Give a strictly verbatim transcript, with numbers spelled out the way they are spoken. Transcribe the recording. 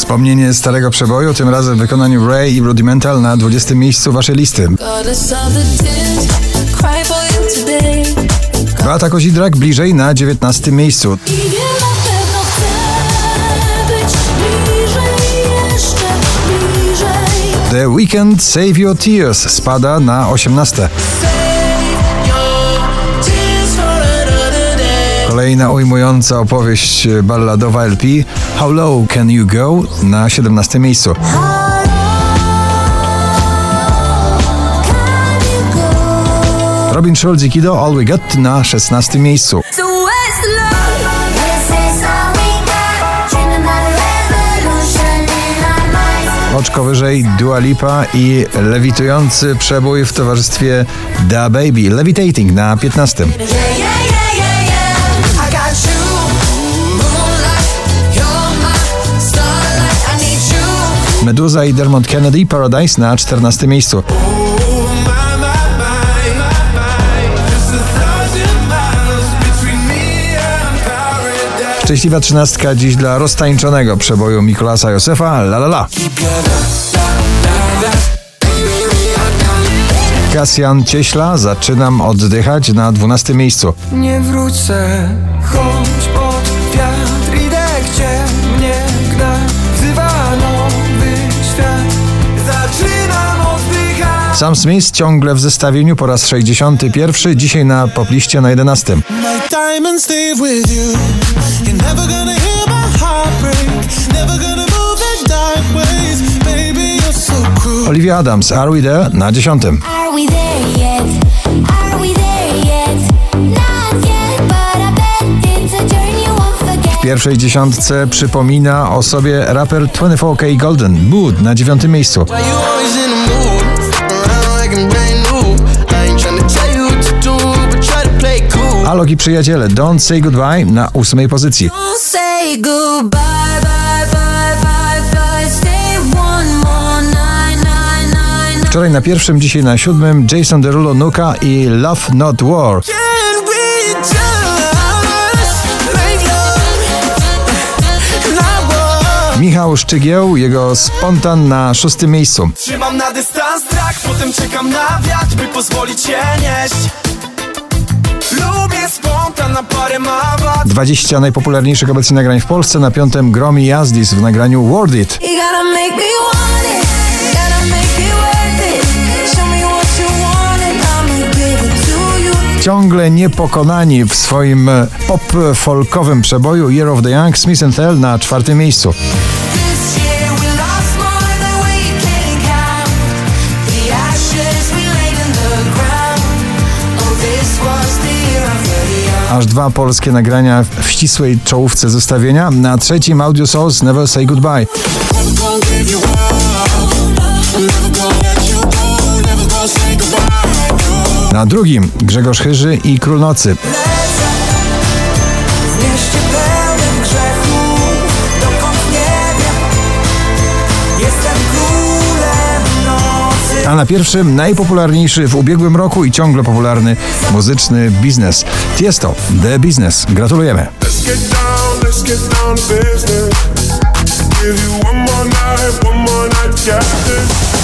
Wspomnienie starego przeboju, tym razem w wykonaniu Ray i Rudimental na dwudziestym miejscu waszej listy. Beata Kozidrak bliżej na dziewiętnastym miejscu. The Weeknd Save Your Tears spada na osiemnaste. Kolejna ujmująca opowieść balladowa L P How Low Can You Go na siedemnastym miejscu. Robin Schulz i Kido All We Got na szesnastym miejscu. Oczko wyżej Dua Lipa i lewitujący przebój w towarzystwie Da Baby Levitating na piętnastym. Meduza i Dermot Kennedy Paradise na czternastym miejscu. Szczęśliwa trzynastka dziś dla roztańczonego przeboju Mikolasa Józefa La La La. Kasjan Cieśla Zaczynam oddychać na dwunastym miejscu. Nie wrócę, choć pod wiatr idę, gdzie mnie gna, wzywa nowy świat. Zaczynam oddychać. Sam Smith ciągle w zestawieniu po raz sześćdziesiąty pierwszy, dzisiaj na popliście na jedenastym. Olivia Adams, Are We There na dziesiątym. W pierwszej dziesiątce przypomina o sobie raper dwadzieścia cztery K Golden, Mood na dziewiątym miejscu. Alok i Przyjaciele, Don't Say Goodbye na ósmej pozycji. Wczoraj na pierwszym, dzisiaj na siódmym Jason Derulo, Nuka i Love Not War. Michał Szczygieł, jego Spontan na szóstym miejscu. Trzymam na dystans strach, potem czekam na wiatr, by pozwolić się nieść. Lubię spontan, na parę ma wad. dwadzieścia najpopularniejszych obecnie nagrań w Polsce. Na piątym Gromi Jazdis w nagraniu Worth It. Ciągle niepokonani w swoim pop-folkowym przeboju Year of the Young, Smith and Tell na czwartym miejscu. Aż dwa polskie nagrania w ścisłej czołówce zestawienia. Na trzecim Audio Souls Never Say Goodbye. Na drugim Grzegorz Chyży i Król Nocy. A na pierwszym najpopularniejszy w ubiegłym roku i ciągle popularny muzyczny Biznes. Tiesto, The Business. Gratulujemy. Let's get down, let's get down to business. Give you one more night, one more night, got this.